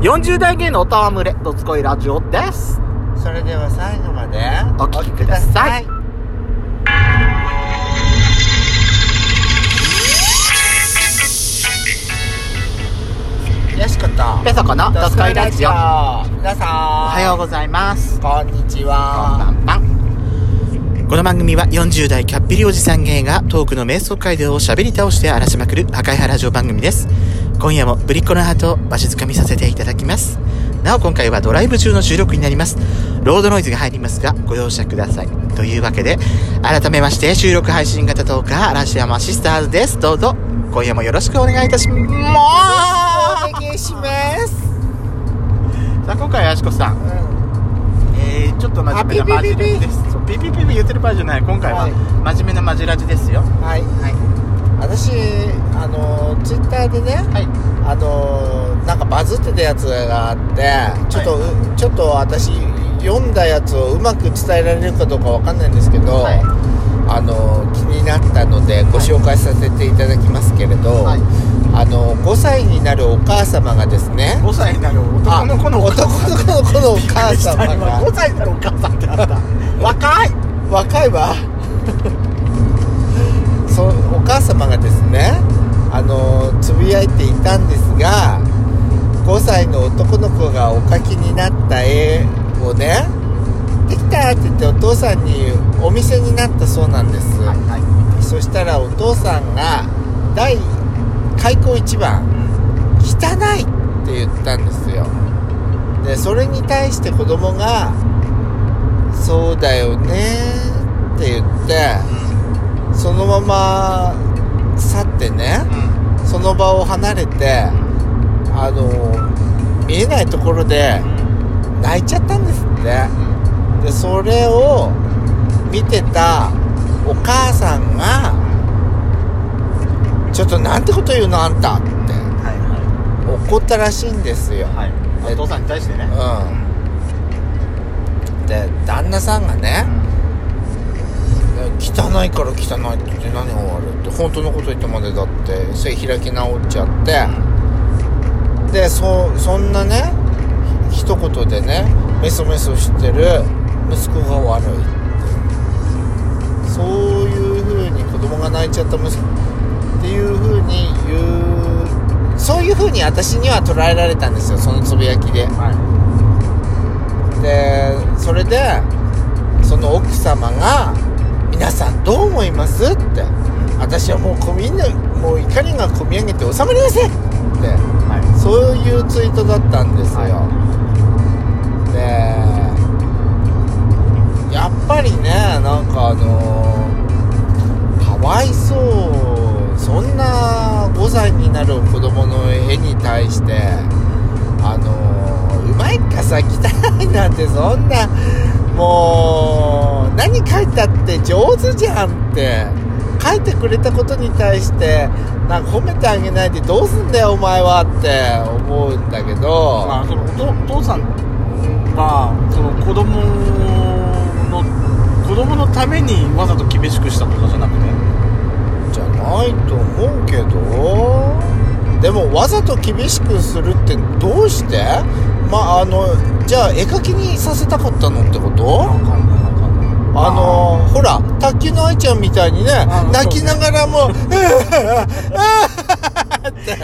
40代芸のおたわむれどつこいラジオです。 それでは最後までお聞きください。 よしことペソコのどつこいラジオ。 皆さんおはようございます。 こんにちは。 こんばんは。この番組は40代キャッピリおじさん芸がトークの瞑想街道を喋り倒して荒らしまくる破壊派ラジオ番組です。今夜もぶりっ子のハートをわしづかみさせていただきます。なお今回はドライブ中の収録になります。ロードノイズが入りますがご容赦ください。というわけで改めまして収録配信型トーカー嵐山シスターズです。どうぞ今夜もよろしくお願いいたします。 お願いします。 さあ今回はやしこさん、ちょっと真面目なマジラジです。そうピピピピ言ってる場合じゃない。今回は真面目なマジラジですよ。 はい、はい、私ツイッターでね、はい、なんかバズってたやつがあってちょっと私読んだやつをうまく伝えられるかどうかわかんないんですけど、はい、気になったのでご紹介させていただきますけれど、はい、5歳になるお母様がですね、 5歳になる男の子のお母様が5歳になるお母さんってあった若いわそうお母様がですねつぶやいていたんですが、5歳の男の子がお描きになった絵をね、できたって言ってお父さんにお見せになったそうなんです、はいはい、そしたらお父さんが開口一番汚いって言ったんですよ。でそれに対して子供がそうだよねって言ってそのまま去ってね、その場を離れて見えないところで泣いちゃったんですって。でそれを見てたお母さんがちょっとなんてこと言うのあんたって、はいはい、怒ったらしいんですよ、はい、 お父さんに対してね、 で旦那さんがね、汚いから汚いって言って何が悪いって本当のこと言ってまでだってそれ開き直っちゃってでそんなね一言でねメソメソしてる息子が悪いってそういう風に子供が泣いちゃった息子っていう風にそういう風に私には捉えられたんですよ、そのつぶやきで、はい、でそれでその奥様が皆さんどう思いますって、私はもうみんなもう怒りがこみ上げて収まりませんって、はい、そういうツイートだったんですよ、はい、でやっぱりねなんかかわいそう、そんな5歳になる子供の絵に対してうまいかさ汚いなんてそんなもう何書いたって上手じゃんって書いてくれたことに対してなんか褒めてあげないでどうすんだよお前はって思うんだけど、 まあ、そのお父さんはその子供のためにわざと厳しくしたとかじゃなくてじゃないと思うけど、でもわざと厳しくするってどうして？まあじゃあ絵描きにさせたかったのってこと？ほら卓球の愛ちゃんみたいにね泣きながらもって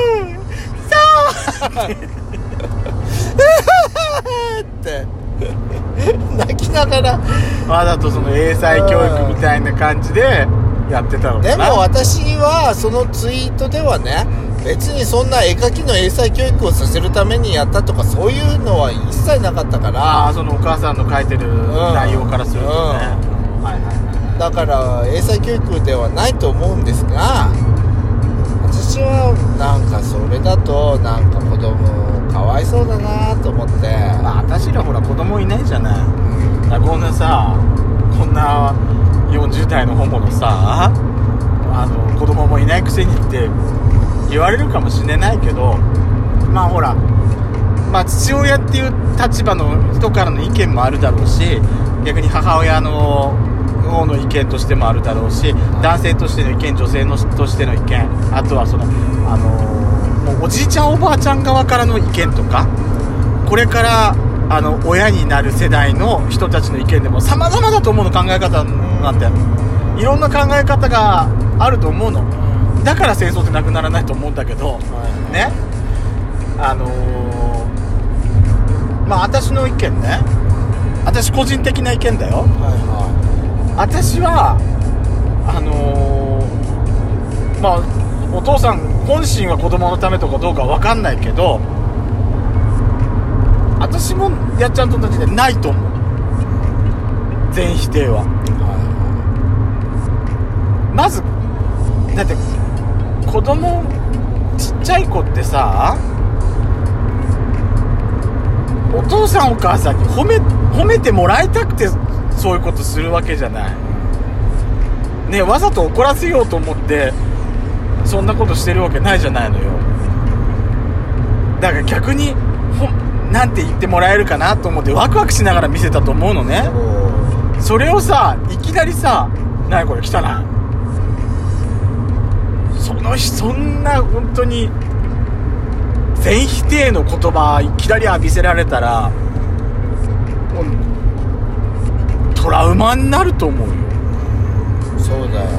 って泣きながらわざとその英才教育みたいな感じでやってたのかな。 でも私はそのツイートではね別にそんな絵描きの英才教育をさせるためにやったとかそういうのは一切なかったから。 そのお母さんの書いてる内容からするとね、はいはい、 だから英才教育ではないと思うんですが、私はなんかそれだとなんか子供かわいそうだなと思って、 私らほら子供いないじゃない、だからこんなさこんな40代のホモのさ子供もいないくせにって言われるかもしれないけど、まあほら父親っていう立場の人からの意見もあるだろうし、逆に母親の方の意見としてもあるだろうし、男性としての意見、女性のとしての意見、あとはそのもうおじいちゃんおばあちゃん側からの意見とか、これから親になる世代の人たちの意見でも様々だと思うの、考え方なんていろんな考え方があると思うの。だから戦争ってなくならないと思うんだけど、ね、まあ私の意見ね、私個人的な意見だよ。私はまあお父さん本心は子供のためとかどうかわかんないけど、私もやっちゃんと同じでないと思う、全否定は。まずだって子供ちっちゃい子ってさ、お父さんお母さんに褒めてもらいたくてそういうことするわけじゃないね。わざと怒らせようと思ってそんなことしてるわけないじゃないのよ。だから逆になんて言ってもらえるかなと思ってワクワクしながら見せたと思うのね。それをさ、いきなりさ、なにこれ汚い、そんな本当に全否定の言葉いきなり浴びせられたらもうトラウマになると思うよ。 そうだよ、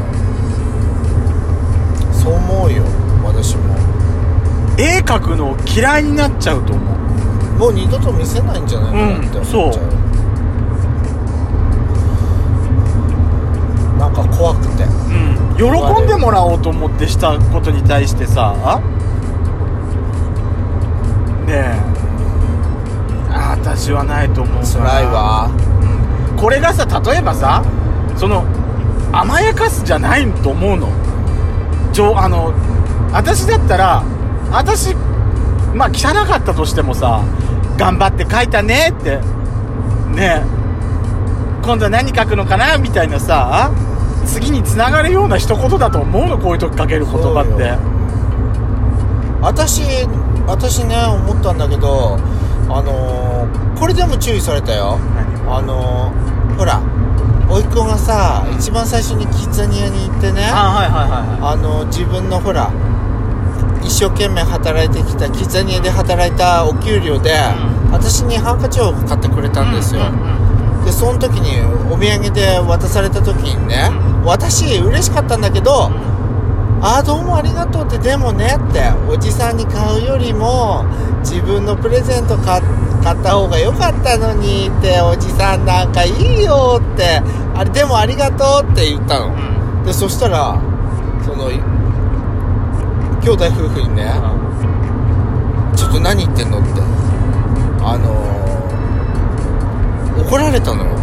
そう思うよ。私も絵描くの嫌いになっちゃうと思う。 もう二度と見せないんじゃないかなって思っちゃう、なんか怖くて、 喜んでもらおうと思ってしたことに対してさ、ねえ、私はないと思うから。 辛いわ、 これがさ、例えばさ、甘やかすじゃないと思うの。私だったら、まあ汚かったとしてもさ、頑張って描いたねってね、今度は何書くのかなみたいなさ、次に繋がるような一言だと思うの、こういう時かける言葉って。 私ね、思ったんだけど、これでも注意されたよ。ほら、甥っ子がさ、一番最初にキッザニアに行ってね、自分のほら一生懸命働いてきたキッザニアで働いたお給料で、私にハンカチを買ってくれたんですよ、でその時にお土産で渡された時にね、私嬉しかったんだけど、どうもありがとうって、でもねって、おじさんに買うよりも自分のプレゼント買った方が良かったのにって、おじさんなんかいいよって、でもありがとうって言ったの、でそしたらその兄弟夫婦にね、ちょっと何言ってんのって怒られたのよ、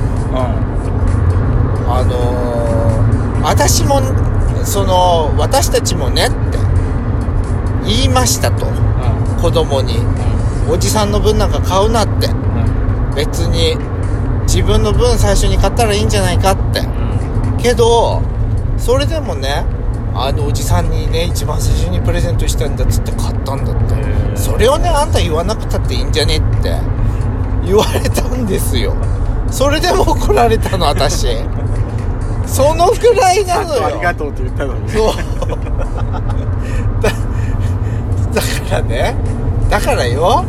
私も私たちもねって言いましたと、子供に、おじさんの分なんか買うなって、別に自分の分最初に買ったらいいんじゃないかって、けどそれでもね、おじさんにね一番最初にプレゼントしたんだっつって買ったんだって、それをねあんた言わなくたっていいんじゃねって言われたんですよ。それでも怒られたの、私そのくらいなのよ。 ありがとうって言ったのに。 そうだからね、だからよ、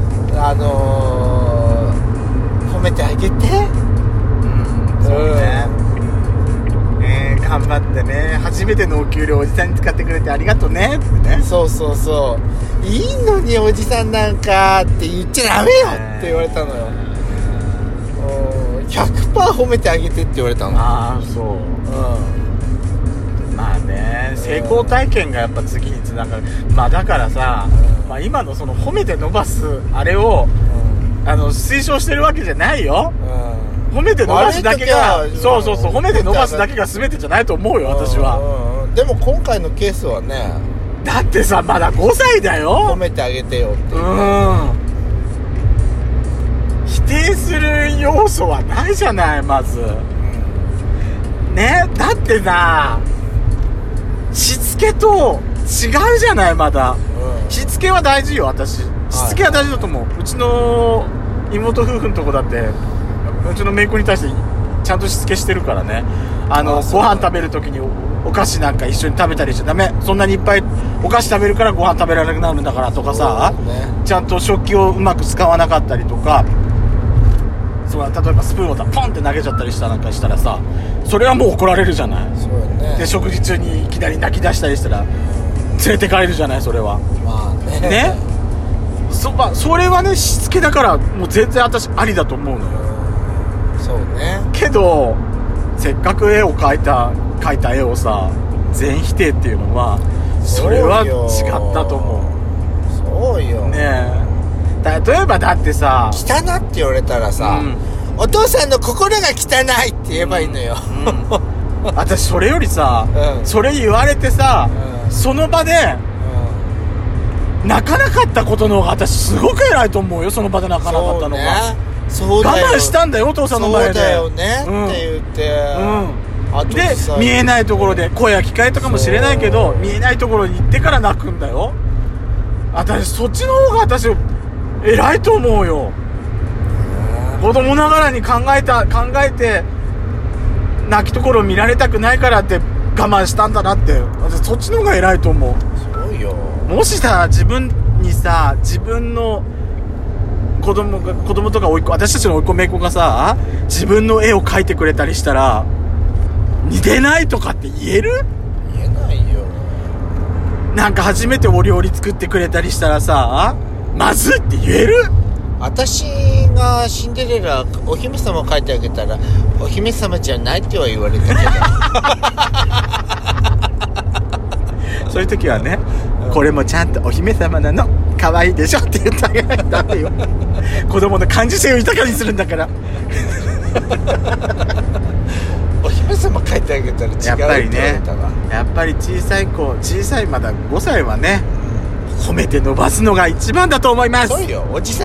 褒めてあげて、 そうね、頑張ってね、初めてのお給料おじさんに使ってくれてありがとうねってね。 そういいのにおじさんなんかって言っちゃダメよって言われたのよ。100% 褒めてあげてって言われたの。 そう、まあね、成功体験がやっぱ次につながる。まあだからさ、今のその褒めて伸ばすあれを、推奨してるわけじゃないよ、褒めて伸ばすだけが、そう褒めて伸ばすだけが全てじゃないと思うよ、私は。 でも今回のケースはね、 だってさ、まだ5歳だよ。 褒めてあげてよって。 否定する要素はないじゃない、まず。ね、だってさ、しつけと違うじゃない、まだ。しつけは大事よ、私。しつけは大事だと思う。うちの妹夫婦のとこだって、うちの姪っ子に対してちゃんとしつけしてるからね。ご飯食べるときにお菓子なんか一緒に食べたりしちゃダメ、そんなにいっぱいお菓子食べるからご飯食べられなくなるんだからとかさ、ちゃんと食器をうまく使わなかったりとか、そう例えばスプーンをポンって投げちゃったりしたなんかしたらさ、それはもう怒られるじゃない。 そうね。 で食事中にいきなり泣き出したりしたら連れてかれるじゃない、それは。 まあね。 ね、それはねしつけだからもう全然私ありだと思うのよ。 そうね。 けどせっかく絵を描いた絵をさ全否定っていうのはそれは違ったと思う。 そうよねえ、例えばだってさ汚って言われたらさ、お父さんの心が汚いって言えばいいのよ、 私それよりさ、それ言われてさ、その場で、泣かなかったことの方が私すごく偉いと思うよ。その場で泣かなかったのが。 そうだよ。 我慢したんだよお父さんの前で。 そうだよね、って言って、あとで見えないところで声は聞かれたかもしれないけど見えないところに行ってから泣くんだよ。私そっちの方が私偉いと思うよ。子供ながらに考えて泣きところを見られたくないからって我慢したんだなって、私そっちの方が偉いと思う。 そうよ。 もしさ自分にさ自分の子供とか私たちの甥っ子姪っ子がさ自分の絵を描いてくれたりしたら似てないとかって言える？ 言えないよ。 なんか初めてお料理作ってくれたりしたらさまずって言える？ 私がシンデレラお姫様を描いてあげたらお姫様じゃないっては言われたけどそういう時はね、これもちゃんとお姫様なの可愛いでしょって言ってあげないとダメよ子供の感受性を豊かにするんだからお姫様描いてあげたら違うって言われたわ。 やっぱり小さいまだ5歳はね褒めて伸ばすのが一番だと思います。 そうよ。おじさ